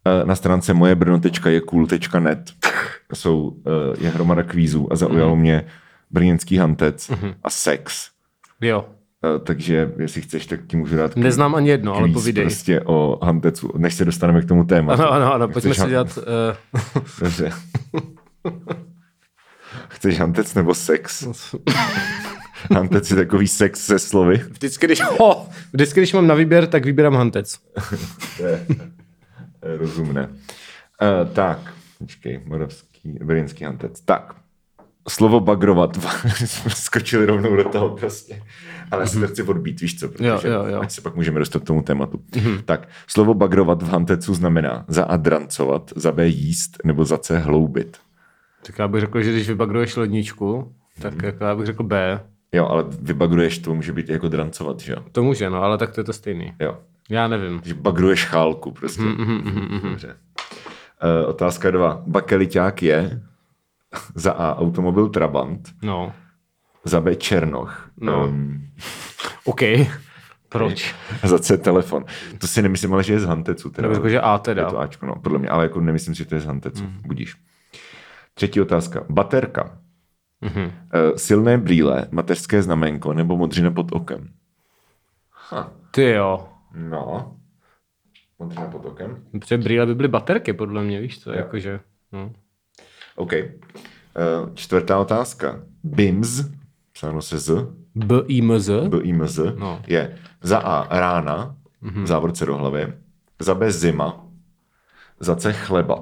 Na stránce mojebrno.jecool.net je hromada kvízů a zaujalo mě brněnský hantec a sex. Jo. Takže jestli chceš, tak ti můžu dát Neznám ani jedno, ale povídej. Prostě o hantecu, než se dostaneme k tomu tématu. Ano, pojďme si dělat... Dobře. Chceš hantec nebo sex? Hantec je takový sex se slovy. Vždycky, když mám na výběr, tak vybírám hantec. To je rozumné. Tak, počkej, brněnský hantec. Tak, slovo bagrovat. Skočili rovnou do toho prostě. Ale já si to chci odbít, víš co? Protože jo. ať se pak můžeme dostat k tomu tématu. Tak, slovo bagrovat v hantecu znamená za A drancovat, za B jíst, nebo za C hloubit. Tak já bych řekl, že když vybagruješ ledničku, tak jako já bych řekl B. Jo, ale vybagruješ, to může být jako drancovat, že jo? To může, no, ale tak to je to stejný. Jo. Já nevím. Když bagruješ chálku prostě. Dobře. Otázka 2. Bakeliťák je za A automobil Trabant, No. za B Černoch. No. OK. Proč? A za C telefon. To si nemyslím, ale že je z hantecu. Nebo jako, že A teda. Je to Ačko, no, podle mě, ale jako nemyslím si, že to je z hantecu. Budíš. Třetí otázka. Baterka. Silné brýle, mateřské znamenko nebo modřina pod okem? Ty jo. No. Modřina pod okem. Protože brýle by byly baterky, podle mě, víš co? Jakože, no. OK. Čtvrtá otázka. BIMS, psáno se Z. B-I-M-Z. No. Je za A rána, v závorce do hlavy, za B zima, za C chleba.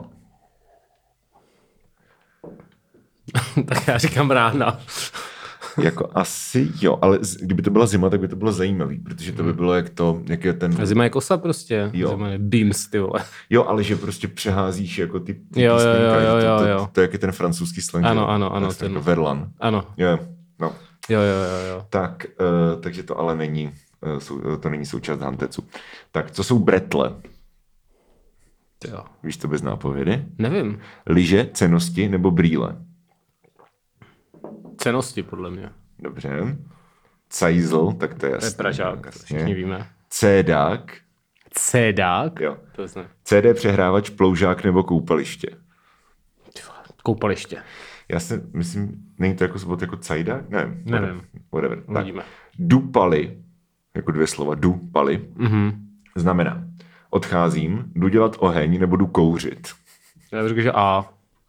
Tak já říkám rána. Jako asi jo, ale kdyby to byla zima, tak by to bylo zajímavý, protože to by bylo jak je ten... A zima je kosa prostě. Jo. Zima je beams, ty vole. Jo, ale že prostě přeházíš jako ty Jo. To je jak je ten francouzský slang. Ano. Ten jako verlan. Ano. Jo, no. Jo. Tak, takže to ale není, to není součást hantecu. Tak, co jsou bretle? Jo. Víš to bez nápovědy? Nevím. Lyže, cennosti nebo brýle? Cennosti, podle mě. Dobře. Cajzl, tak to je jasný. To je Pražák, všichni víme. Cédák. Cédák? Jo. To znamená. CD přehrávač, ploužák nebo koupaliště? Koupaliště. Já si myslím, není to jako sobot jako cajdák? Nevím. Whatever. Uvidíme. Tak. Dupaly, jako dvě slova, dupaly, znamená odcházím, jdu dělat oheň nebo jdu kouřit. Já bych řekl, že A.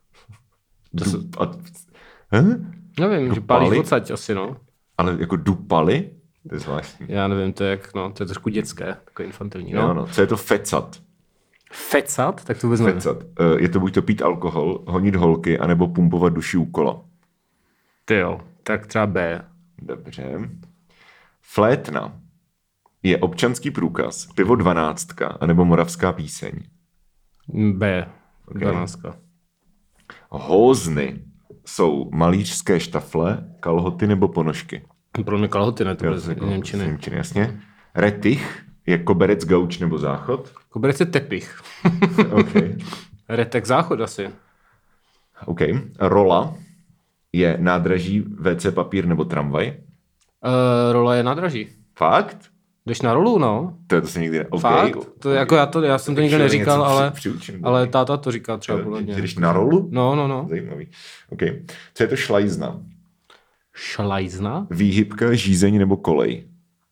Nevím, že pálíš odsaď asi, no. Ale jako dupaly? To je zvláštní. Já nevím, to je jak, no, to je trošku dětské, takový infantilní, no. No. Co je to fecat? Fecat? Tak to vůbec nevím. Fecat. Je to buď to pít alkohol, honit holky, anebo pumpovat duši u kola. Ty jo, tak třeba B. Dobře. Flétna je občanský průkaz, pivo 12 anebo moravská píseň. B. 12. Hózny jsou malířské štafle, kalhoty nebo ponožky. Pro mě kalhoty, ne? To bude z Němčiny. Němčiny, jasně. Retich je koberec, gauč nebo záchod. Koberec je tepich. Okay. Retek záchod asi. OK. Rola je nádraží, WC papír nebo tramvaj. Rola je nádraží. Fakt? Jdeš na rolu, no. To se nikdy Okay. Fakt? To jako já jsem to nikdy neříkal, ale táta to říká třeba podle mě. Jdeš na rolu? No. Zajímavý. OK. Co je to šlajzna? Šlajzna? Výhybka, žízeň nebo kolej?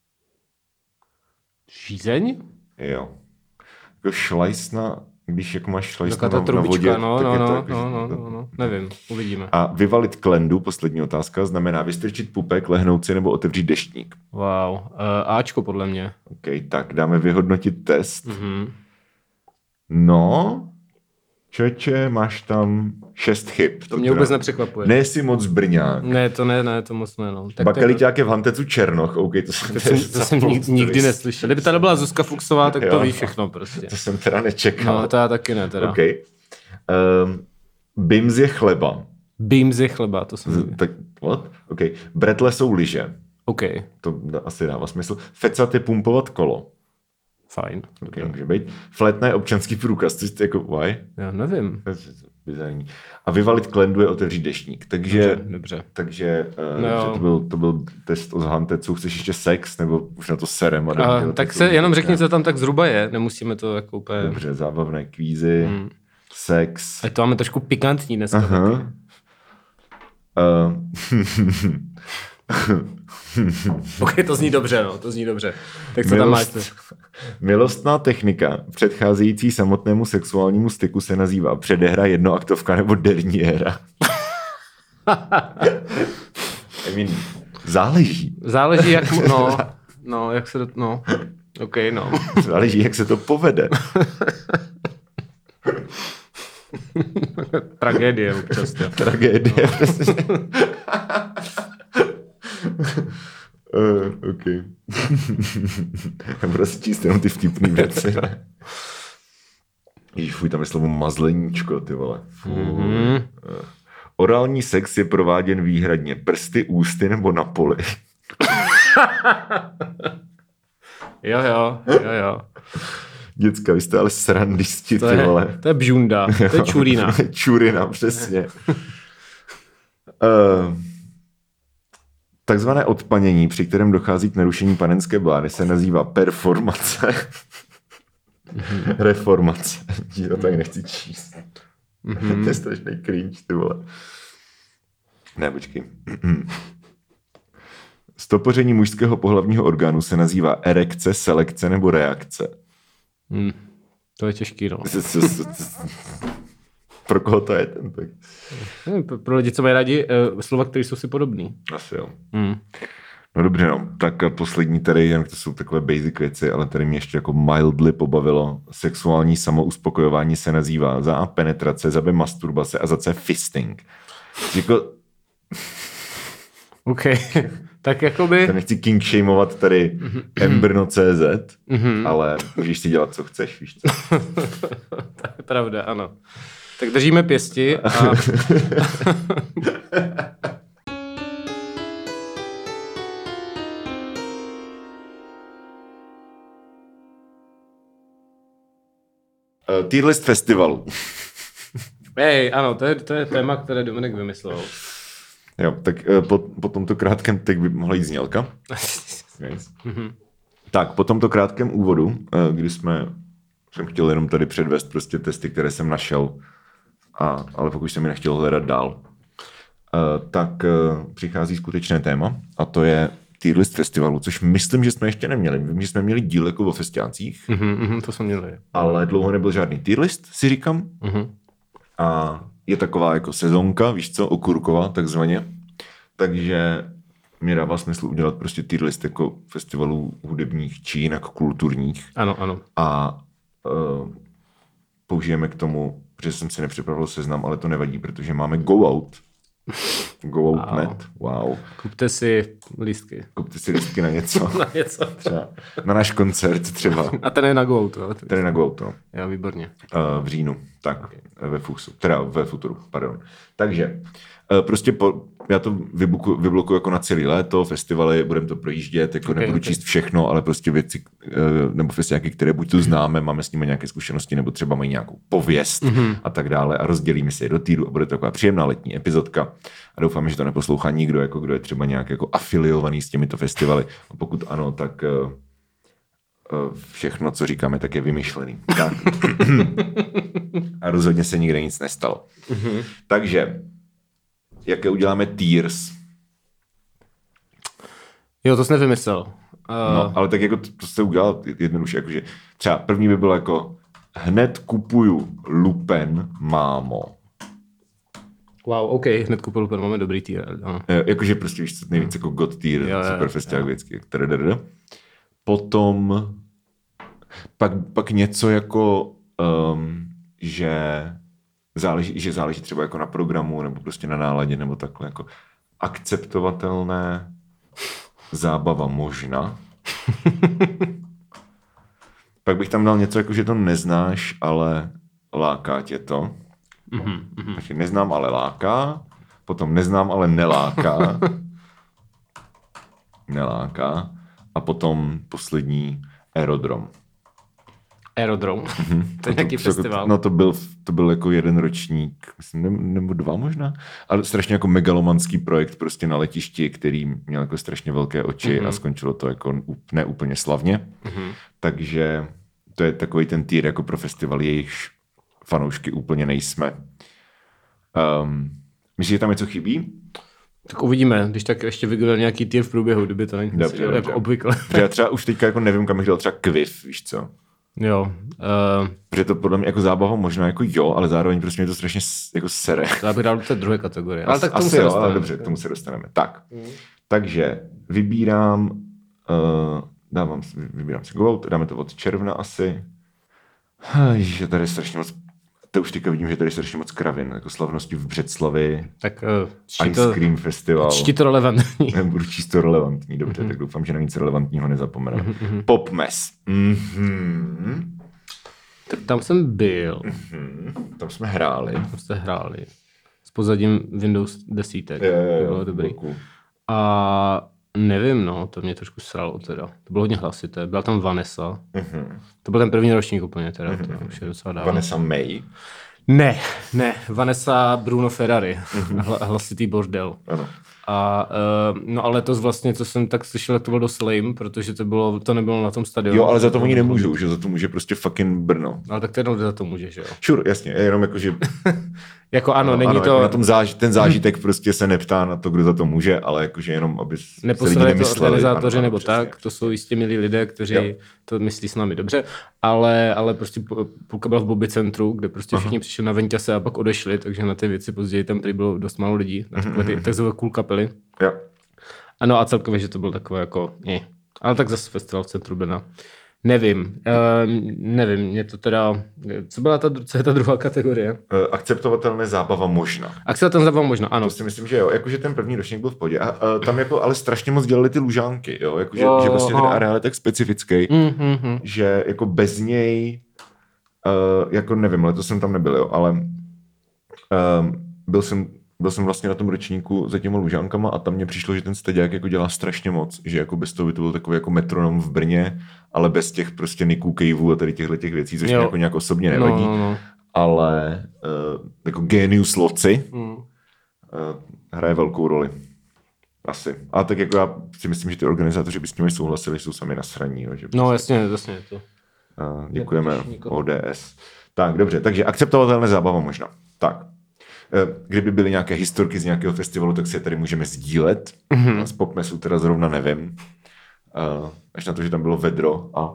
Žízeň? Jo. Jako šlajsna, když jako máš šlajsna na vodě, no, tak je to no. Nevím, uvidíme. A vyvalit klendu, poslední otázka, znamená vystrčit pupek, lehnout si nebo otevřít deštník. Wow. Ačko podle mě. OK, tak dáme vyhodnotit test. No, čeče, máš tam 6 chyb. To mě vůbec nepřekvapuje. Nejsi moc Brňák. Ne, to moc ne. No. Bakeliťák je v hantecu Černoch. OK, to jsem nikdy neslyšel. Kdyby tady byla Zuzka Fuchsová, tak to ví všechno prostě. To jsem teda nečekal. No, to já taky ne teda. OK. Bims je chleba. Bims je chleba, to jsem tak, what? OK. Bretle jsou lyže. OK. To asi dává smysl. Fecat je pumpovat kolo. Fajn. Okay, může být. Flétna je občanský průkaz. To je jako, why? Já nevím. bizarní. A vyvalit klendu je otevřít deštník. Takže, Dobře. Takže to byl test od Hantecu. Chceš ještě sex, nebo už na to serem? Tak se jenom řekni, co tam tak zhruba je. Nemusíme to jako úplně... Dobře, zábavné kvízy, sex. A to máme trošku pikantní dneska. Taky. Ok, to zní dobře, no, to zní dobře. Tak co tam máš? Milostná technika předcházející samotnému sexuálnímu styku se nazývá předehra, jednoaktovka nebo derniéra. Záleží. Záleží, jak... No, jak se... No, ok, no. Záleží, jak se to povede. Tragédie občas. Tragédie, přesně. OK. Prostě číst jenom ty vtipný věci. Ježiš, fuj, tam je slovo mazleníčko, ty vole. Orální sex je prováděn výhradně prsty, ústy nebo na poli. Jo. Děcka, vy jste ale srandisti, ty vole. To je bžunda, to je čurina. Čurina, přesně. Takzvané odpanění, při kterém dochází k narušení panenské blány, se nazývá performace. Reformace. Já tak nechci číst. To je strašný cringe, ty vole. Ne, počkej. Stopoření mužského pohlavního orgánu se nazývá erekce, selekce nebo reakce. To je těžký, no. Pro koho to je ten tak? Pro lidi, co mají rádi slova, které jsou si podobný. Asi jo. No dobře, no. Tak poslední tady, jen to jsou takové basic věci, ale tady mě ještě jako mildly pobavilo. Sexuální samouspokojování se nazývá za A penetrace, za B masturbace a za C fisting. Jako... OK. Tak jakoby... To nechci kingshameovat tady Embrno.cz, ale můžeš si dělat, co chceš, víš co? To je pravda, ano. Tak držíme pěsti a... Tier list festivalu. Hej, ano, to je téma, které Dominik vymyslel. Jo, tak po tomto krátkém, tak by mohla jít znělka. Tak, po tomto krátkém úvodu, kdy jsem chtěl jenom tady předvést prostě testy, které jsem našel, ale pokud jsem je nechtěl hledat dál, tak přichází skutečné téma a to je tier list festivalu, což myslím, že jsme ještě neměli. Vím, že jsme měli díl jako o festiácích. To jsme měli. Ale dlouho nebyl žádný tier list, si říkám. A je taková jako sezonka, víš co, okurková takzvaně. Takže mě dává smysl udělat prostě tier list jako festivalů hudebních či jinak kulturních. Ano. A použijeme k tomu, protože jsem si nepřipravil seznam, ale to nevadí, protože máme Go Out. Go Out.net. Wow. Kupte si lístky. Na něco. Třeba na náš koncert třeba. A ten je na Go Out. Ten je na Go Out, no. Jo, výborně. V říjnu, tak, okay. Ve Futuru, pardon. Takže, prostě já to vyblokuju jako na celý léto, festivaly, budeme to projíždět, jako nebudu číst všechno, ale prostě věci, nebo festiáky, které buď tu známe, máme s nimi nějaké zkušenosti, nebo třeba mají nějakou pověst a tak dále a rozdělíme si je do týru a bude to taková příjemná letní epizodka a doufám, že to neposlouchá nikdo, jako kdo je třeba nějak jako afiliovaný s těmito festivaly. A pokud ano, tak všechno, co říkáme, tak je vymyšlený. Tak. A rozhodně se nikde nic nestalo. Takže, jaké uděláme tiers? Jo, to jsi nevymyslel. No, ale tak jako to se udělal jednoduše, jakože třeba první by bylo jako hned kupuju lupen, mámo. Wow, OK, hned kupuju lupen, máme dobrý tier. Jakože prostě víš, co nejvíc jako God tier, super festiák věcky. Potom pak něco jako, že záleží třeba jako na programu nebo prostě na náladě nebo takhle jako akceptovatelné zábava možná. Pak bych tam dal něco jako, že to neznáš, ale láká tě to. Takže neznám, ale láká. Potom neznám, ale neláká. Neláká. A potom poslední aerodrom. Aerodrom. To je nějaký festival. No to byl jako jeden ročník, myslím, nebo 2 možná, ale strašně jako megalomanský projekt prostě na letišti, který měl jako strašně velké oči a skončilo to jako ne úplně slavně. Takže to je takový ten tier jako pro festival, jejichž fanoušky úplně nejsme. Myslíš, že tam něco chybí? Tak uvidíme, když tak ještě vygrál nějaký tier v průběhu, kdyby to není jako obvykle. Já třeba už teďka jako nevím, kam bych dal třeba Quiff, víš co? Jo. Protože to podle mě jako zábava možná jako jo, ale zároveň prostě mě to strašně jako sere. To bych dal do té druhé kategorie. Ale tak tomu se dostaneme. Ale dobře, k tomu se dostaneme. Tak. Takže vybírám si Gold, dáme to od června asi. Že tady je strašně moc, to už teďka vidím, že tady je strašně moc kravin, jako slavnosti v Břeclavi, tak Ice Cream Festival. Čti to relevantní. Budu čisto relevantní, dobře, tak doufám, že na nic relevantního nezapomeneme. Popmes. Tak tam jsem byl. Tam jsme hráli. S pozadím Windows 10. To bylo dobrý. Cool. A nevím, no, to mě trošku sralo teda. To bylo hodně hlasité. Byla tam Vanessa. To byl ten první ročník úplně teda. To už je docela dávno. Vanessa May? Ne. Vanessa Bruno Ferrari. Hlasitý bordel. Ano. A no ale letos vlastně, co jsem tak slyšel, to bylo dost lame, protože to nebylo na tom stadionu. Jo, ale za to oni nemůžou, že za to může prostě fucking Brno. Ale tak to jenom za to může, že jo. Sure, jasně, jenom jako, že... jako ano, není to... Jako na tom ten zážitek prostě se neptá na to, kdo za to může, ale jakože jenom, aby se lidi nemysleli. To organizátoři nebo přesně. Tak, to jsou jistě milí lidé, kteří to myslí s námi dobře, ale prostě půlka byla v Bobby centru, kde prostě všichni přišli na Venťase a pak odešli, takže na ty věci později tam tady bylo dost málo lidí, takzvané cool kapely. Jo. Ano a celkově, že to byl takové jako, ale tak zase festival v centru Brna. Nevím, mě to teda, co je ta druhá kategorie? Akceptovatelné zábava možná. Akceptovatelné zábava možná, ano. To si myslím, že jo, jakože ten první ročník byl v podě a tam jako ale strašně moc dělali ty lužánky, jo, jakože že vlastně ten areál je tak specifický, že jako bez něj, jako nevím, letos jsem tam nebyl, jo, ale byl jsem vlastně na tom ročníku za těma lužánkama a tam mně přišlo, že ten Staďák jako dělá strašně moc, že jako bez toho by to byl takový jako metronom v Brně, ale bez těch prostě Nicků, Caveů a tady těch věcí, což mě jako nějak osobně nevadí, ale jako Genius Loci hraje velkou roli. Asi. A tak jako já si myslím, že ty organizátoři by s nimi souhlasili, že jsou sami nasraní. Jo, že no jasně to. Děkujeme ODS. Tak, dobře, takže akceptovatelné zábava možná. Tak. Kdyby byly nějaké historky z nějakého festivalu, tak si je tady můžeme sdílet. Z Popmesu teda zrovna nevím. Až na to, že tam bylo vedro a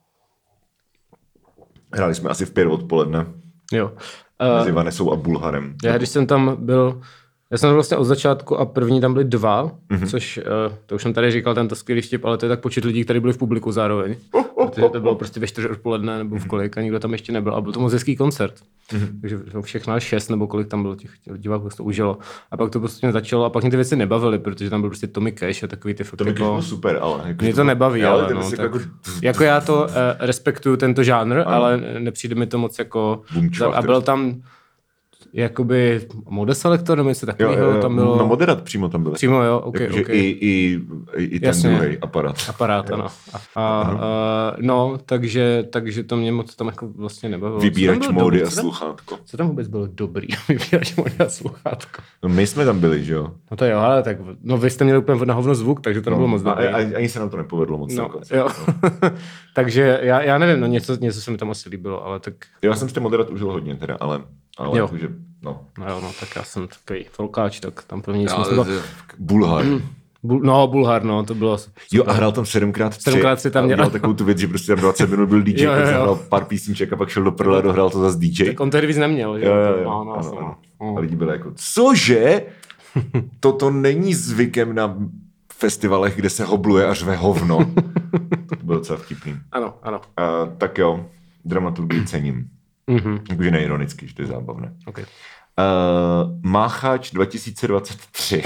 hráli jsme asi v 5 odpoledne. Jo. Mezi Vanessou a Bulharem. Když jsem tam byl, já jsem vlastně od začátku a první tam byli 2, což to už jsem tady říkal, ten skvělý vtip, ale to je tak počet lidí, kteří byli v publiku zároveň. Protože to bylo prostě ve 4 odpoledne nebo v kolik a nikdo tam ještě nebyl. A byl to moc hezký koncert. Takže všechno 6 nebo kolik tam bylo těch diváků, to užilo. A pak to prostě začalo a pak mě ty věci nebavily, protože tam byl prostě Tommy Cash a takový ty fakt Tommy Cash byl super, ale... Jako mě to nebaví, ale no, tak, jako já to respektuju tento žánr, ale nepřijde mi to moc jako... A byl tam... jakoby Mode Selector, nebo něco takového tam bylo. No Moderat přímo tam byl. Přímo, jo, okay. I ten druhý aparát. Aparát, ano. No, takže to mě moc tam jako vlastně nebavilo. Vybírač módy a sluchátko. Co tam vůbec bylo dobrý? Vybírač módy a sluchátko. No my jsme tam byli, že jo? No to jo, ale tak, no vy jste měli úplně na hovno zvuk, takže to nebylo moc dobrý. Ani se nám to nepovedlo moc. No, jo. Takže já nevím, no něco se mi tam asi líbilo, ale tak... Já jsem si ten Moderat užil hodně teda, ale jakože, no. No, tak já jsem takový folkáč, tak tam první jsme... Bulhar. Bulhar, to bylo... Jo, a hrál tam 7x3. 7x3 tam dělal takovou tu věc, že prostě tam 20 minut byl DJ, pak zahrál pár písniček a pak šel do prdele a dohrál to za DJ. Tak on tehdy víc neměl, že? Jo. A lidi byli jako, cože? Toto není zvykem na festivalech, kde se hobluje a řve hovno. To bylo docela vtipný. Ano. Tak jo, dramaturgii cením. Jakože neironicky, že to je zábavné. Okay. Máchač 2023.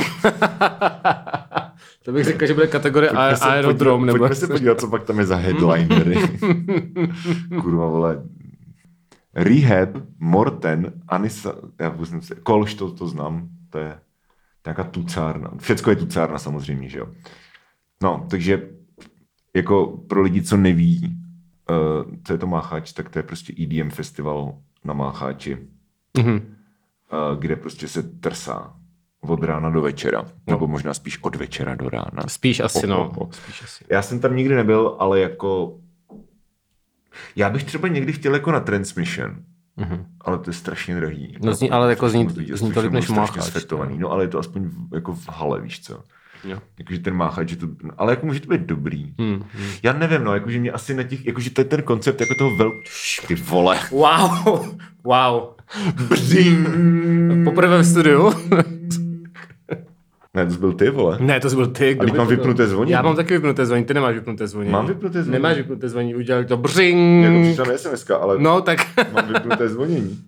To bych řekl, že bude kategorie Aerodrom. Pojďme se podívat, co pak tam je za headlinery. Kurva, vole. Rehab, Morten, Anisa, Kolš, to znám, to je nějaká tucárna. Všecko je tucárna samozřejmě, že jo. No, takže jako pro lidi, co neví, co je to Mácháč, tak to je prostě EDM festival na Mácháči, kde prostě se trsá od rána do večera, nebo možná spíš od večera do rána. Spíš asi, Spíš asi. Já jsem tam nikdy nebyl, ale jako já bych třeba někdy chtěl jako na Transmission, ale to je strašně drahý. No ale jako zní to líp než Mácháč. No ale je to aspoň jako v hale, víš co. Jo. Jakože ten Mácháč, ale jako může to být dobrý. Já nevím, no, jakože mě asi na těch, jakože to je ten koncept jako toho ty vole. Wow. Poprvé v studiu. Ne, to jsi byl ty, vole. Ne, to jsi byl ty. A teď mám vypnuté zvonění. Já mám taky vypnuté zvonění, ty nemáš vypnuté zvonění. Mám vypnuté zvonění. Nemáš vypnuté zvonění, udělali to břing. Jako přišla na SMS, ale no, tak. mám vypnuté zvonění.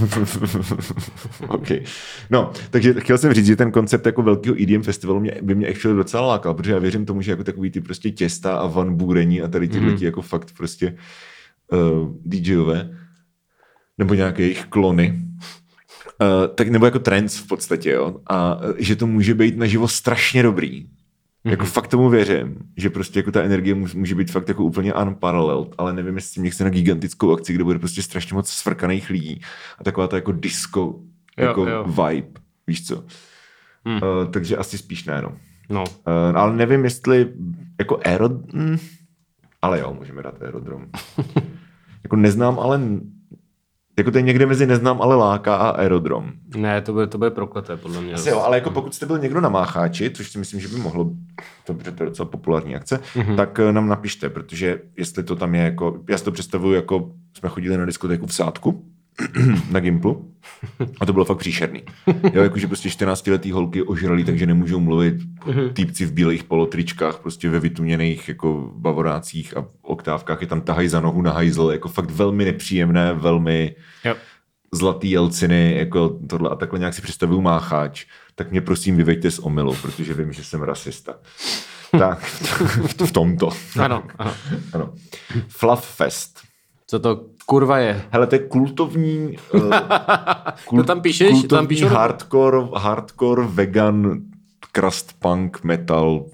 OK. No, takže chtěl jsem říct, že ten koncept jako velkého EDM festivalu by mě actually docela lákal, protože já věřím tomu, že jako takový ty prostě těsta a van bůrení a tady tyhle jako fakt prostě DJové nebo nějaké jejich klony, tak nebo jako trends v podstatě, jo. A že to může být naživo strašně dobrý. Jako fakt tomu věřím, že prostě jako ta energie může být fakt jako úplně unparalleled, ale nevím, jestli mě chce na gigantickou akci, kde bude prostě strašně moc svrkaných lidí a taková ta jako disco jako vibe, víš co. Takže asi spíš ne, no. Ale nevím, jestli jako ale jo, můžeme dát aerodrom. Jako neznám, ale jako to je někde mezi neznám, ale láká a aerodrom. Ne, to bude prokleté, podle mě. Asi jo, ale jako pokud jste byl někdo na Mácháči, což si myslím, že by mohlo, to je docela populární akce, tak nám napište, protože jestli to tam je jako, já si to představuju jako, jsme chodili na diskotéku v Sádku, na Gimplu, a to bylo fakt příšerný. Jo, jakože prostě 14letý holky ožralí, takže nemůžou mluvit, týpci v bílých polotričkách, prostě ve vytuněných jako bavorácích a oktávkách je tam tahají za nohu na hajzl, jako fakt velmi nepříjemné, velmi zlatý jelciny, jako tohle a takhle nějak si představuju Mácháč, tak mě prosím vyveďte z omylu, protože vím, že jsem rasista. Tak, v tomto. Ano. Fluff Fest. Co to kurva je? Hele, to je kultovní to tam píšeš? Kultovní hardcore vegan crust punk metal.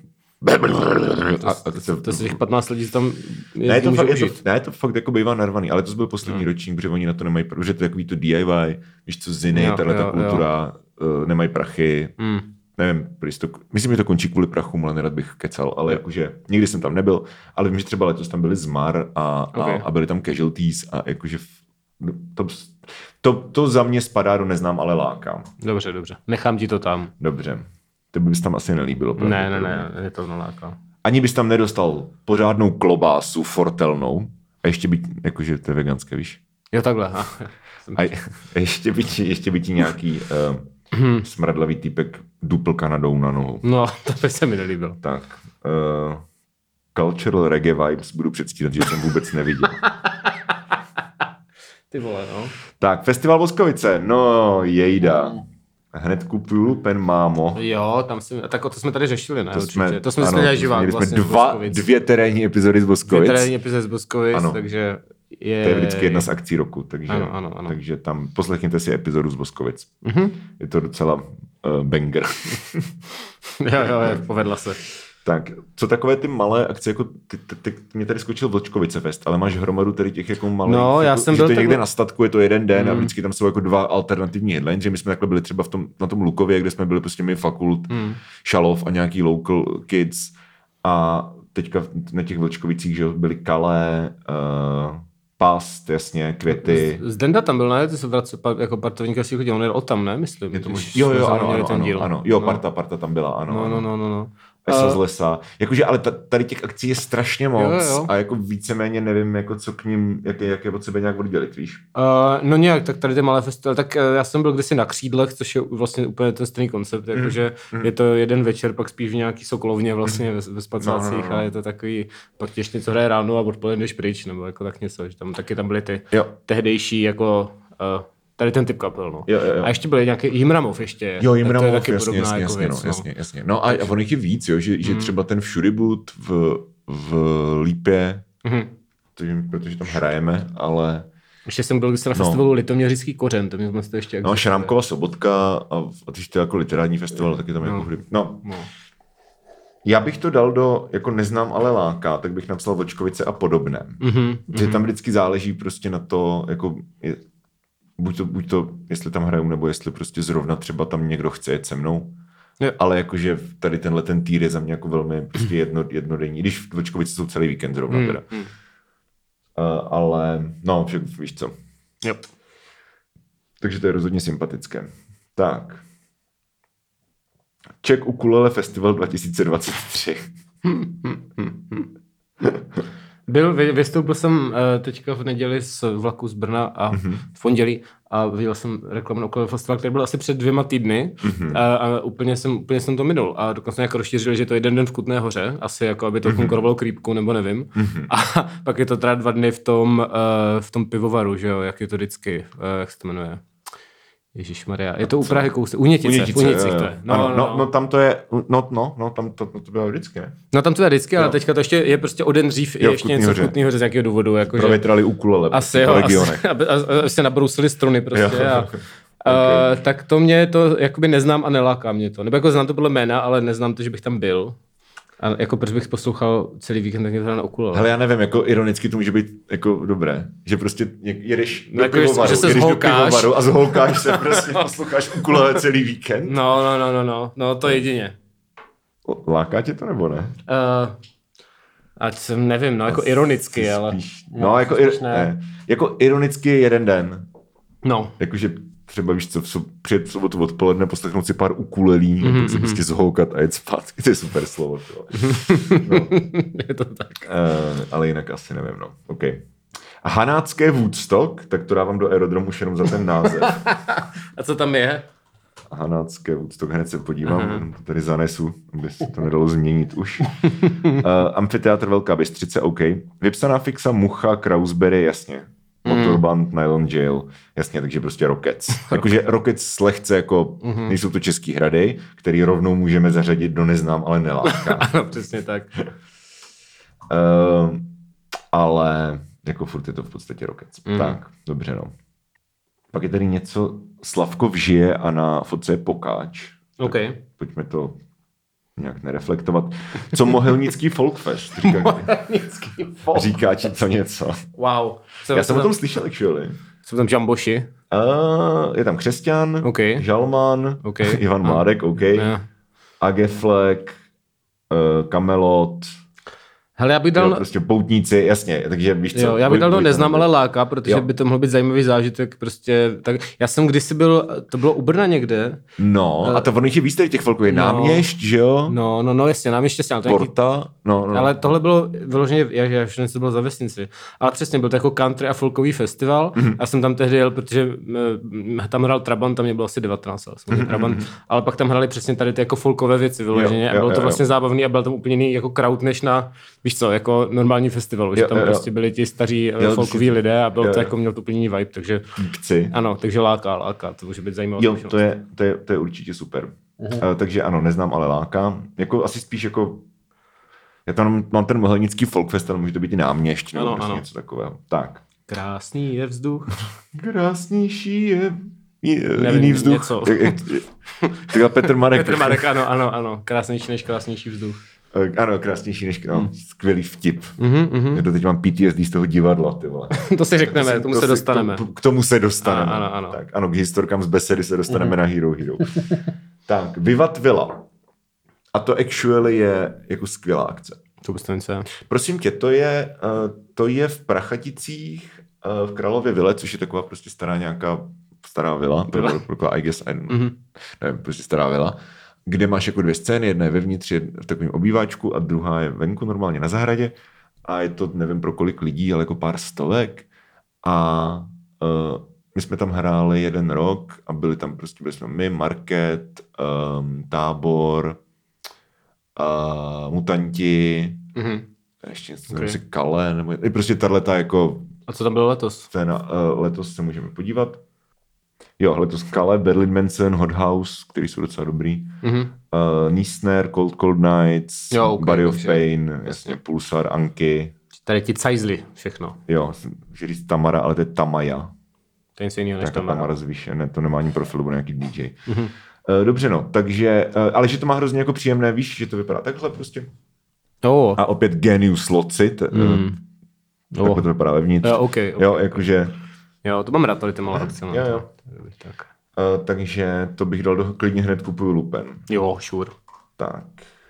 To si těch 15 lidí tam ne, to fakt jako bývá narvaný, ale to byl poslední ročník, protože oni na to nemají, protože to je takový to DIY, víš co, ziny, tato kultura, nemají prachy. Nevím, myslím, že to končí kvůli prachům, ale nerad bych kecal, ale jakože nikdy jsem tam nebyl, ale vím, že třeba letos tam byli Zmar a byli tam Casualties a jakože to za mě spadá do neznám, ale lákám. Dobře, nechám ti to tam. Dobře, to by se tam asi nelíbilo. Ne, je to neláká. Ani bys tam nedostal pořádnou klobásu fortelnou a ještě by, jakože to je veganské, víš? Jo, takhle. A ještě by ti nějaký smradlavý týpek dupl Kanadou na nohu. No, to by se mi nelíbilo. Tak. Cultural reggae vibes budu předstírat, že jsem vůbec neviděl. Ty vole, no. Tak, Festival Boskovice. No, jejda. Hned kupuju pen mámo. Jo, tam tak to jsme tady řešili, ne? To jsme dělali živák. Měli jsme dvě terénní epizody z Boskovic. Dvě terénní epizody z Boskovic, takže to je vždycky jedna z akcí roku, takže, ano. takže tam poslechněte si epizodu z Boskovic. Je to docela banger. jo, povedla se. Tak, co takové ty malé akce, jako ty mě tady skočil Vlčkovice Fest, ale máš hromadu tady těch jako malých, no, já jako, jsem že byl to někde na statku, je to jeden den a vždycky tam jsou jako dva alternativní headlines, že my jsme takhle byli třeba na tom Lukově, kde jsme byli prostě my fakult, Šalov a nějaký local kids a teďka na těch Vlčkovicích, že byli Kalé, Past, jasně, Květy. Zdenda tam byl, ne? Ty se vracel jako partovníka si chodil, on jel o tam, ne? Myslím. Jo, ano. Jo, parta tam byla, ano. No. Z lesa. Jakože, ale tady těch akcí je strašně moc a jako víceméně nevím, jako co k ním, jak od sebe nějak oddělit, víš? No nějak, tak tady ty malé festivaly, tak já jsem byl kdysi na Křídlech, což je vlastně úplně ten stejný koncept, jakože je to jeden večer, pak spíš v nějaký Sokolovně vlastně ve spacácích a je to takový, pak těž něco hraje ráno a odpoledne jdeš pryč, nebo jako tak něco, že tam taky tam byly ty tehdejší jako tady ten typ kapel, no. Jo. A ještě byl nějaký Jimramov ještě. Jo, Jimramov, taky jasně. No a on jich je víc, jo, že třeba ten Všuribut v Lípě, protože tam hrajeme, ale... Ještě jsem byl na festivalu Litoměřický kořen, to mě to ještě... No, Šrámkova sobotka a to je jako literární festival, taky tam jako hudby. No. Já bych to dal do, jako neznám, ale láká, tak bych napsal Vočkovice a podobné. Že tam vždycky záleží prostě na to, jako buď to, jestli tam hrajou, nebo jestli prostě zrovna třeba tam někdo chce jet se mnou. Jo. Ale jakože tady ten týr je za mě jako velmi prostě jednodenní, když Vočkovice jsou celý víkend zrovna teda. Ale no, víš co. Jo. Takže to je rozhodně sympatické. Tak. Czech Ukulele Festival 2023. Vystoupil jsem teďka v neděli z vlaku z Brna a v pondělí a viděl jsem reklamu na Ukulele Festival, který byl asi před 2 týdny a úplně jsem to minul. A dokonce nějak rozšířili, že to je 1 den v Kutné Hoře, asi jako aby to konkurovalo Creepku nebo nevím. A pak je to teda 2 dny v tom pivovaru, že jo, jak je to vždycky, jak se to jmenuje. Ježišmarja, je to u Prahy kousek, u Něticích to je. No, tam to je, tam to bylo vždycky, ne? No tam to je vždycky, ale teďka to ještě je prostě o den dřív, je ještě něco v Kutný Hoře z nějakého důvodu. Jako provětrali ukulele asi jo, aby se nabrousili struny prostě. Tak to mě to jakoby neznám a neláká mě to. Nebo jako znám to podle jména, ale neznám to, že bych tam byl. A jako proč bych poslouchal celý víkend, tak mě to na ukulele. Hele, já nevím, jako ironicky to může být jako dobré, že prostě jedeš do jako pivovaru, že se a zholkáš se, prostě posloucháš ukulele celý víkend. No, to jedině. Láká tě to nebo ne? Ať jsem nevím, no jako ironicky, spíš, ale... No, jako ironicky je 1 den. No. Jakože třeba víš co, přijet v sobotu odpoledne, poslechnout si pár ukulelí, tak si prostě zhoukat a jet zpátky. To je super slovo. No. Je to tak. Ale jinak asi nevím, no. OK. A hanácké Woodstock, tak to dávám do aerodromu už jenom za ten název. A co tam je? Hanácké Woodstock, hned se podívám, to tady zanesu, aby se to nedalo změnit už. Amfiteátr Velká Bystřice, OK. Vypsaná fixa, Mucha, Krausberry, jasně. Motorband, Nylon Jail, jasně, takže prostě Rockets. Jakože Rockets lehce jako, nejsou to český hrady, který rovnou můžeme zařadit do neznám, ale neláká. Ano, přesně tak. Ale jako furt je to v podstatě Rockets. Tak, dobře no. Pak je tady něco, Slavkov žije a na fotce je Pokáč. OK. Pojďme to nějak nereflektovat. Co Mohelnický Folkfest? Říká ti to něco? Wow. Já jsem o tom slyšel, actually. Jsou tam Jamboši? Je tam Křesťan, Žalman, Ivan Mládek, Ageflek, Kamelot, hele, já bych dal... prostě poutníci, jasně, takže víš co. Jo, já bych dal to neznám, ale láká, protože by to mohl být zajímavý zážitek, prostě, tak já jsem kdysi byl, to bylo u Brna někde. No, a to ono je víc tady těch folkových náměšť, že jo? No, jasně, náměště, Porta, no. Ale tohle bylo vyloženě, já všechno to bylo za vesnici, ale přesně, byl to jako country a folkový festival, já jsem tam tehdy jel, protože tam hrál Trabant, tam mě bylo asi 19, Trabant, ale pak tam hráli přesně tady ty jako folkové věci vyloženě a bylo to vlastně zábavný a byl tam úplně jiný jako crowd než na, víš co, jako normální festival, že tam prostě byli ti staří folkoví lidé a bylo to jako, měl to úplně jiný vibe, takže ano, takže láká, to může být zajímavé. Jo, to je určitě super. Takže ano, neznám, ale láká. Jako asi spíš jako já tam mám ten Mohelnický Folkfest, ale může to být i náměšť, nebo prostě něco takového. Tak. Krásný je vzduch. Krásnější je jiný vzduch. Něco. Takhle Petr Marek. Petr Marek, ano. Krásnější než krásnější vzduch. Ano, krásnější než skvělý vtip. Já to teď mám PTSD z toho divadla, ty vole. To si řekneme, k tomu se dostaneme. K tomu se dostaneme. Ano. Tak, ano, k historkám z besedy se dostaneme na Hero. Tak, Vivat Villa. A to actually je jako skvělá akce. Prosím tě, to je v Prachaticích v Králově Ville, což je taková prostě stará vila, I guess, nevím, prostě stará vila, kde máš jako 2 scény, jedna je vevnitř, v takovém obýváčku a druhá je venku normálně na zahradě a je to nevím pro kolik lidí, ale jako pár stovek a my jsme tam hráli 1 rok a byli jsme my, Market, Tábor, Mutanti, ještě něco, Kale, nebo prostě tato jako... A co tam bylo letos? Scéna, letos se můžeme podívat. Jo, letos Kale, Berlin Manson, Hot House, který jsou docela dobrý. Niesner, Cold Nights, Body of Pain, jasně, Pulsar, Anky. Tady ti cajzli všechno. Jo, že říct Tamara, ale to je Tamaja. To je něco jiného než Tamara. Tamara zvýšené, to nemá ani profil, nebo nějaký DJ. Dobře, no, takže, ale že to má hrozně jako příjemné, víš, že to vypadá takhle prostě. A opět Genius Loci, takhle to vypadá vevnitř. Okay. Jo, jakože... Jo, to mám rád, tady ty malé akce. Jo. Tak. Takže to bych dal klidně hned kupuju Lupen. Jo, sure. Tak.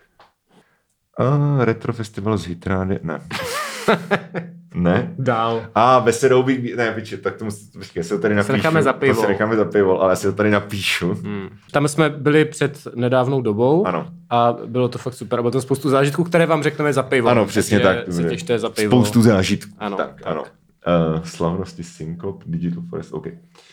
Retro Festival z Hitrády, ne. Ne? Dál. Besedou bych, ne, piči, tak to počkej, se to tady napíšu. Se necháme za pivo, ale já si to tady napíšu. Tam jsme byli před nedávnou dobou. Ano. A bylo to fakt super. Bylo tam spoustu zážitků, které vám řekneme za pivo. Ano, přesně tak. Se těšte za pivo. Spoustu zážitků. Ano. Tak. Ano. Slavnosti Syncop, Digital Forest, OK.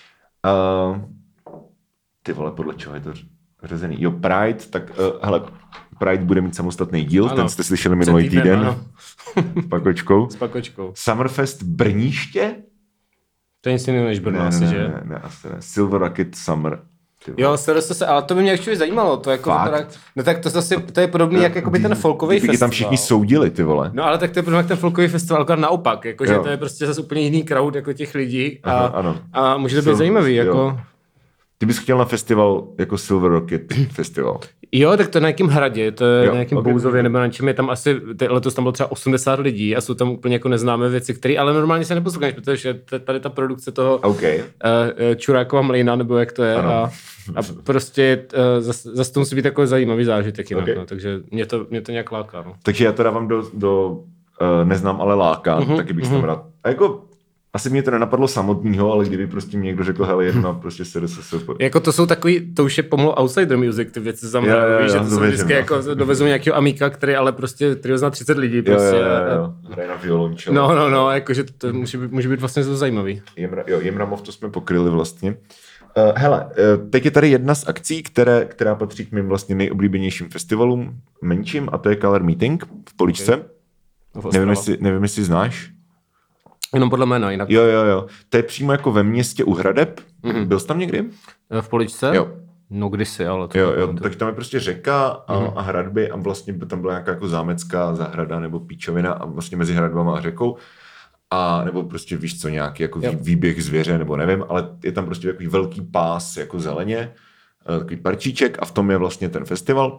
Ty vole, podle čeho je to řazený? Jo, Pride, tak hele, Pride bude mít samostatný díl, ten jste slyšeli minulý týden. S pakočkou. Summerfest Brníště? To je nic jiného než Brno, asi, že? Ne, asi ne. Silver Rocket Summer. Jo, ale to by mě ještě zajímalo. To jako no tak to zase, to je podobný jak jakoby ten folkový festival. Tam všichni soudili, ty vole. No ale tak to je podobný jak ten folkový festival, akorát naopak, jakože to je prostě zase úplně jiný crowd jako těch lidí a může to být zajímavý, jako... Ty bys chtěl na festival jako Silver Rocket Festival. Jo, tak to je na nějakém hradě, to je na nějakém Bouzově nebo na čem je tam asi, letos tam bylo třeba 80 lidí a jsou tam úplně jako neznámé věci, které ale normálně se neposloucháš, protože tady ta produkce toho Čurákova mlýna, nebo jak to je a prostě zase to musí být takový zajímavý zážitek jinak, no, takže mě to nějak láká. No. Takže já to dávám do neznám, ale láká, taky bych tam rád. A jako asi mě to nenapadlo samotného, ale kdyby prostě mě někdo řekl, hele, jedna prostě se super. Jako to jsou takový, to už je pomalu outsider music, ty věci znamená, že to jsou vždycky jako dovezou nějakého amíka, který ale prostě, který ho zná 30 lidí. Prostě. Jo. Hraje na violončel. No, jakože to může být vlastně to zajímavý. Jemramov to jsme pokryli vlastně. Hele, teď je tady jedna z akcí, která patří k mým vlastně nejoblíbenějším festivalům, menším, a to je Color Meeting v Poličce. Nevím, jestli znáš. Jenom podle jména, jinak. Jo. To je přímo jako ve městě u Hradeb. Byl jsi tam někdy? V Poličce? Jo. No kdysi, ale... Tak tam je prostě řeka a hradby a vlastně tam byla nějaká jako zámecká zahrada nebo píčovina a vlastně mezi hradbama a řekou. A nebo prostě víš co, nějaký jako výběh zvěře, nebo nevím, ale je tam prostě takový velký pás jako zeleně, takový parčíček a v tom je vlastně ten festival.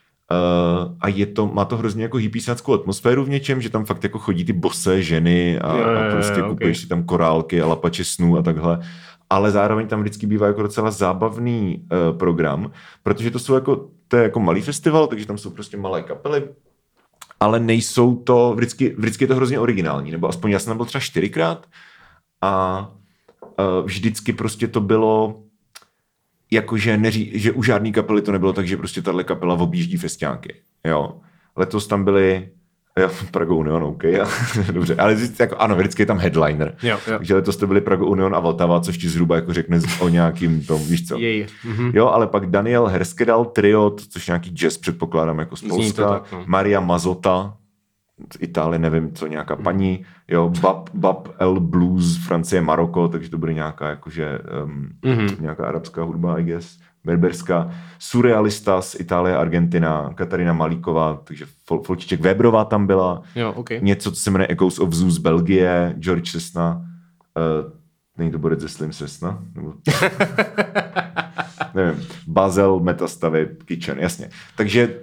A má to hrozně jako hippiesáckou atmosféru v něčem, že tam fakt jako chodí ty bosé ženy a prostě kupuješ si tam korálky a lapače snů a takhle. Ale zároveň tam vždycky bývá jako docela zábavný program, protože to je jako malý festival, takže tam jsou prostě malé kapely, ale nejsou to, vždycky je to hrozně originální, nebo aspoň já jsem tam byl třeba 4krát a vždycky prostě to bylo jakože že u žádný kapely to nebylo tak, že prostě tahle kapela objíždí festiánky, jo. Letos tam byli Prago Union, OK, dobře, ale jako, ano, vždycky je tam headliner. Jo. Takže letos to byli Prago Union a Vltava, což ti zhruba jako řekne o nějakým tom, víš co. Jo, ale pak Daniel Herskedal Trio, což nějaký jazz předpokládám jako z Polska, Maria Mazzotta, z Itálie, nevím co, nějaká paní, jo, Bab El Blues, Francie, Maroko, takže to bude nějaká jakože nějaká arabská hudba, I guess, berberská, Surrealista z Itálie, Argentina, Katarina Malíková, takže Folčiček Weberová tam byla, něco, co se jmenuje Echoes of Zoo z Belgie, George Sesna, není to borec ze Slim Sesna? Nebo... nevím, Basel, Metastavy, Kitchen, jasně. Takže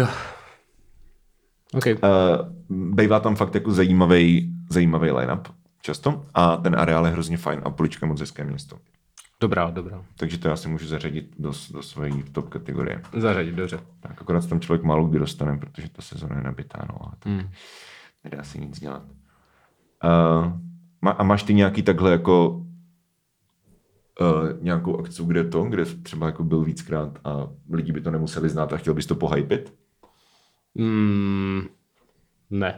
bývá tam fakt jako zajímavý line-up často a ten areál je hrozně fajn a Polička moc hezké město. Dobrá. Takže to já si můžu zařadit do své top kategorie. Zařadit, dobře. Tak akorát tam člověk málo kdy dostane, protože ta sezona je nabitá, no, ale tak nedá se nic dělat. A máš ty nějaký takhle jako nějakou akci, kde třeba jako byl víckrát a lidi by to nemuseli znát a chtěl bys to pohypit? Ne.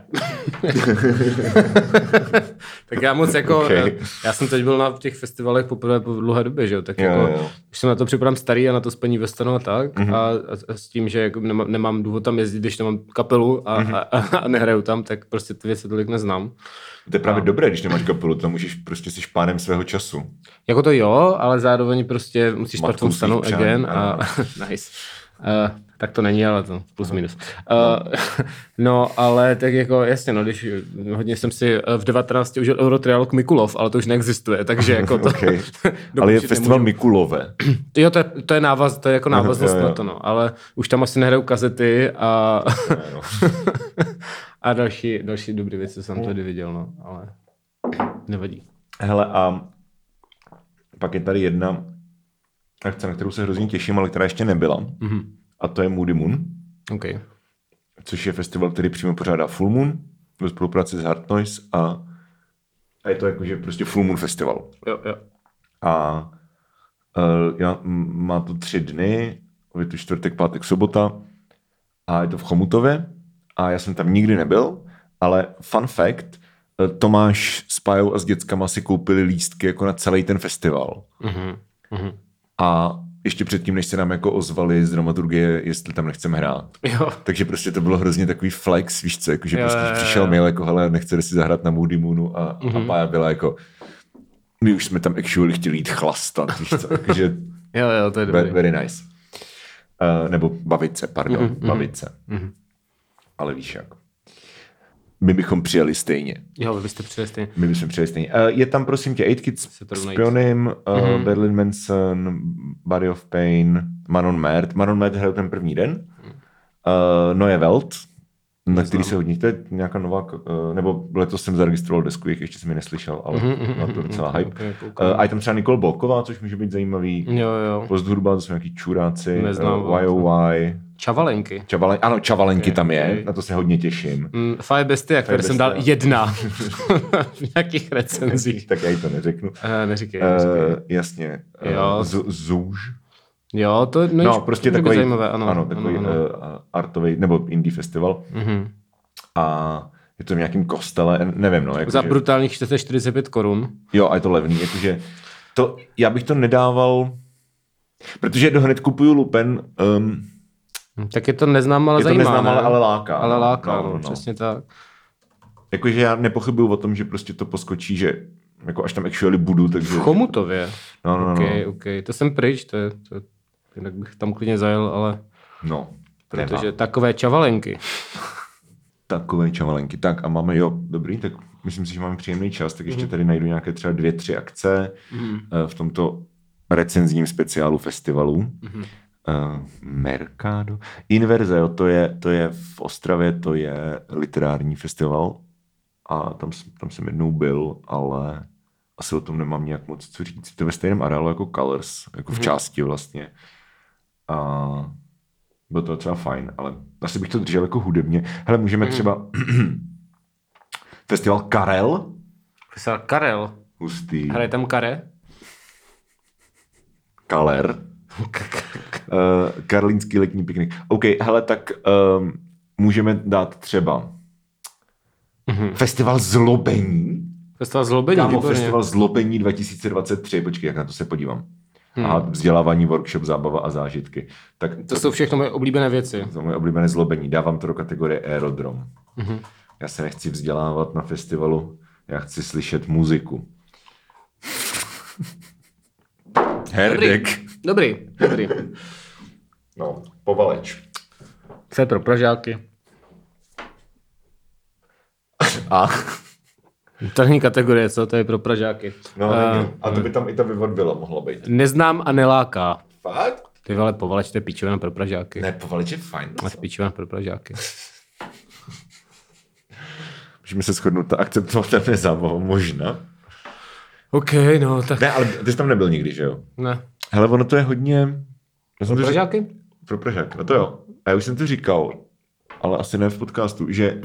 Tak já moc jako, já jsem teď byl na těch festivalech poprvé po dlouhé době, že jo, tak jako, už jsem na to připadám starý a na to spení Westonu a tak a s tím, že jako nemám důvod tam jezdit, když nemám kapelu a nehraju tam, tak prostě ty věci tolik neznám. To je právě dobré, když nemáš kapelu, tam můžeš prostě si pánem svého času. Jako to jo, ale zároveň prostě musíš spát v tom stanu again a nice. Tak to není, ale to plus minus. No, ale tak jako jasně, no, když hodně jsem si v 19 užil Eurotrialog Mikulov, ale to už neexistuje, takže jako to... Okay. Ale je festival Mikulové. Jo, to je návaz, to je jako návaznost na to, no, ale už tam asi nehrajou kazety a... a další dobré věci jsem tady viděl, no, ale nevadí. Hele, a pak je tady jedna akce, na kterou se hrozně těším, ale která ještě nebyla. Mm-hmm. A to je Moody Moon. Okay. Což je festival, který přímo pořádá Full Moon ve spolupráci s Hard Noise a je to jakože prostě Full Moon festival. Jo. A má to 3 dny, je to čtvrtek, pátek, sobota a je to v Chomutově a já jsem tam nikdy nebyl, ale fun fact, Tomáš s Pájou a s dětskama si koupili lístky jako na celý ten festival. Mm-hmm. A ještě předtím, než se nám jako ozvali z dramaturgie, jestli tam nechceme hrát. Jo. Takže prostě to bylo hrozně takový flex, víš co, jako, že prostě přišel mail jako, hele, nechcete si zahrát na Moody Moonu a Pája byla jako, my už jsme tam actually chtěli jít chlastat, víš co, takže jo, to je dobrý. Very nice. Nebo bavit se, bavit se. Mm-hmm. Ale víš jak. My bychom přijeli stejně. Jo, vy byste přijeli stejně. My bychom přijeli stejně. Je tam, prosím tě, 8 Kids s Pionym, Berlin Manson, Body of Pain, Manon Mert. Manon Mert hrajou ten první den. Neue Welt, na který se hodně, to je nějaká nová, nebo letos jsem zaregistroval desku, ještě jsem ji neslyšel, ale na to docela hype. Okay. A je tam třeba Nicole Bolková, což může být zajímavý. Jo. Posthudba, to jsou nějaký čuráci. Neznám. YOY. Čavalenky. Ano, Čavalenky tam je, na to se hodně těším. Fire Bestia, které jsem dal 1 v nějakých recenzích. Tak já jí to neřeknu. Neříkej. Jasně. Zůž. Jo, to prostě takový zajímavé, ano. Takový artový nebo indie festival. Mm-hmm. A je to v nějakém kostele, nevím, no. Za brutálních 45 korun. Jo, a je to levný, jakože já bych to nedával, protože to hned kupuju lupen. Tak je to neznám, ale zajímá. Je to neznám, ale láká. Ale láká, no, přesně tak. Jakože já nepochybuju o tom, že prostě to poskočí, že jako až tam actually budu, takže... V Chomutově? No. Okay. To jsem pryč, jinak bych tam klidně zajel, ale... No. Protože takové čavalenky. Takové čavalenky. Tak a máme, dobrý, tak myslím si, že máme příjemný čas, tak ještě tady najdu nějaké třeba 2-3 akce v tomto recenzním speciálu festivalu. Mercado. Inverze, to je v Ostravě, to je literární festival a tam jsem jednou byl, ale asi o tom nemám nějak moc co říct. To je ve stejném areálu jako Colors, jako v části vlastně. A bylo to třeba fajn, ale asi bych to držel jako hudebně. Hele, můžeme třeba festival Karel. Festival Karel? Hustý. Hraje tam Kare? Kaler. Karlínský letní piknik. OK, hele, tak můžeme dát třeba Festival Zlobení. Festival Zlobení? Kámo, Festival Zlobení 2023. Počkej, jak na to se podívám. Aha, vzdělávání, workshop, zábava a zážitky. Tak to jsou všechno moje oblíbené věci. To moje oblíbené zlobení. Dávám to do kategorie Aerodrom. Já se nechci vzdělávat na festivalu, já chci slyšet muziku. Herdek. Dobrý. No, Povaleč. Co je pro Pražáky? A? To není kategorie, co? To je pro Pražáky. No, a to by tam i ta Vyvod byla, mohla být. Neznám a neláká. Fakt? Ty vole, Povaleč, to je píčovina pro Pražáky. Ne, Povaleč je fajn. A píčovina pro Pražáky. Můžeme se shodnout, ta akceptovat tam je zábava, možná. OK, no tak... Ne, ale ty jsi tam nebyl nikdy, že jo? Ne. Hele, ono to je hodně... Pro Pražáky? Pro Pražáky, no to jo. A já už jsem to říkal, ale asi ne v podcastu, že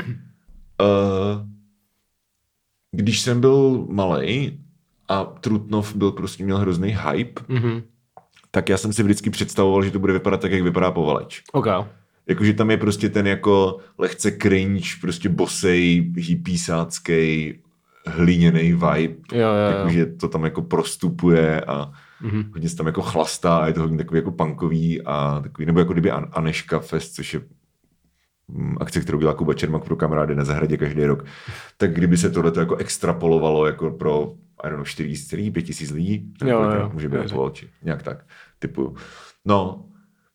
když jsem byl malej a Trutnov byl prostě měl hrozný hype, tak já jsem si vždycky představoval, že to bude vypadat tak, jak vypadá Povaleč. Okay. Jakože tam je prostě ten jako lehce cringe, prostě bosej, hippiesáckej, hliněnej vibe. Jo. Jakože to tam jako prostupuje a hodně se tam jako chlastá a je to hodně takový jako punkový a takový, nebo jako kdyby Aneška Fest, což je akce, kterou dělá Kuba Čermak pro kamarády na zahradě každý rok, tak kdyby se tohleto jako extrapolovalo jako pro 4 000 5 000 lidí, jo, může být Povaleči. Nějak tak, typuju. No,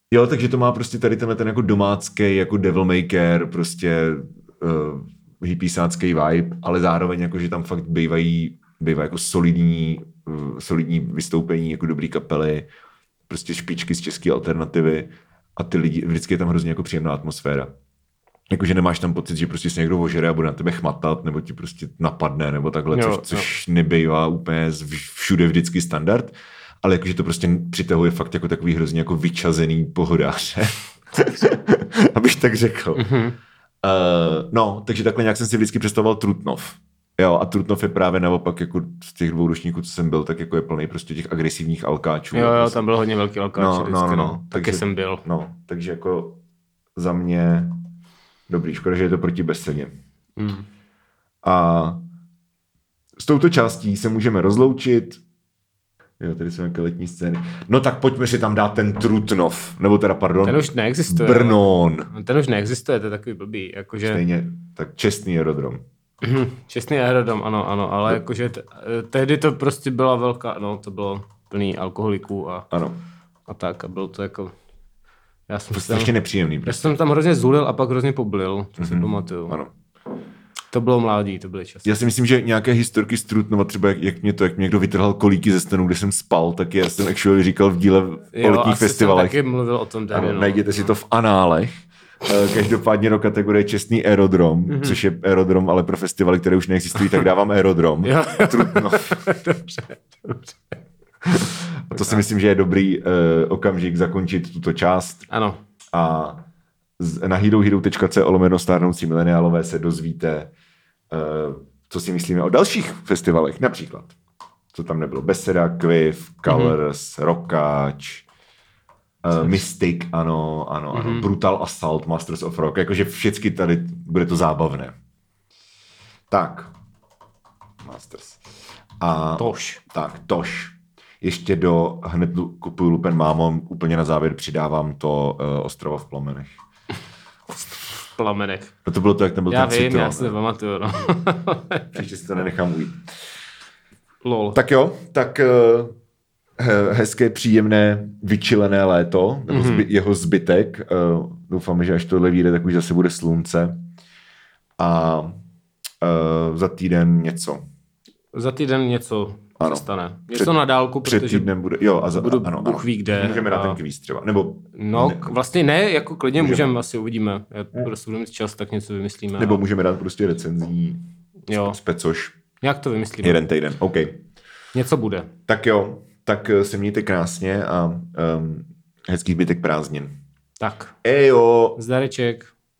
Jo, takže to má prostě tady tenhle ten jako domácký, jako devilmaker, prostě hippiesácký vibe, ale zároveň jako, že tam fakt bývají jako solidní vystoupení, jako dobrý kapely, prostě špičky z české alternativy a ty lidi, vždycky je tam hrozně jako příjemná atmosféra. Jakože nemáš tam pocit, že prostě se někdo ožere a bude na tebe chmatat, nebo ti prostě napadne, nebo takhle, což nebývá úplně všude vždycky standard, ale jakože to prostě přitahuje fakt jako takový hrozně jako vyčazený pohodáře. Abych tak řekl. Mm-hmm. No, takže takhle nějak jsem si vždycky představoval Trutnov. Jo, a Trutnov je právě naopak jako z těch 2 ročníků, co jsem byl, tak jako je plný prostě těch agresivních alkáčů. Jo, tam byl hodně velký alkáč. No. Taky jsem byl. No, takže jako za mě dobrý, škoda, že je to proti Beseně. Mm. A s touto částí se můžeme rozloučit. Jo, tady jsou nějaké letní scény. No tak pojďme si tam dát ten Trutnov, nebo teda, pardon, ten už neexistuje. Brnon. Ten už neexistuje, to je takový blbý. Jakože... Stejně, tak čestný aerodrom. Čestný aerodrom, ano, ale jakože tehdy to prostě byla velká, no, to bylo plný alkoholiků a tak a bylo to jako... Já jsem strašně nepříjemný. Já jsem tam hrozně zulil a pak hrozně poblil, to si pamatuju. Ano. To bylo mládí, to byly časy. Já si myslím, že nějaké historky z Trutnova, třeba jak mě někdo vytrhal kolíky ze stanu, kde jsem spal, tak já jsem actually říkal v díle o letních festivalech. Jsem taky mluvil o tom tady. Najděte si to v análech. Každopádně do kategorie čestný aerodrom, což je aerodrom, ale pro festivaly, které už neexistují, tak dávám aerodrom. Trutnov. Dobře. A to si myslím, že je dobrý okamžik zakončit tuto část. Ano. A na herohero.co/stárnoucí mileniálové se dozvíte, co si myslíme o dalších festivalech, například. Co tam nebylo? Beseda, Quiff, Colors, Rockáč, Mystic, ano, Brutal Assault, Masters of Rock, jakože všichni tady bude to zábavné. Tak. Masters. A Toš. Tak, Toš. Ještě hned kupuju Lupen Mámon, úplně na závěr přidávám to Ostrova v plamenech. V plamenech. No to bylo to, jak tam byl ten citron. Já si to pamatuju, no. Příště si to nenechám ujít. Lol. Tak jo, tak hezké, příjemné, vyčilené léto, nebo jeho zbytek. Doufám, že až tohle vyjde, tak už zase bude slunce. A za týden něco. Za týden něco se stane. Něco na dálku, protože před týdnem bude, jo, a Bůh ví kde. Můžeme dát ten kvíz třeba, nebo... No, vlastně ne, jako klidně můžeme, asi uvidíme. Prostě budeme mít čas, tak něco vymyslíme. Nebo můžeme dát prostě recenzí specoš. Jak to vymyslíme? Jeden týden, OK. Něco bude. Tak jo, tak se mějte krásně a hezký zbytek prázdnin. Tak. Ejo. Zdareček.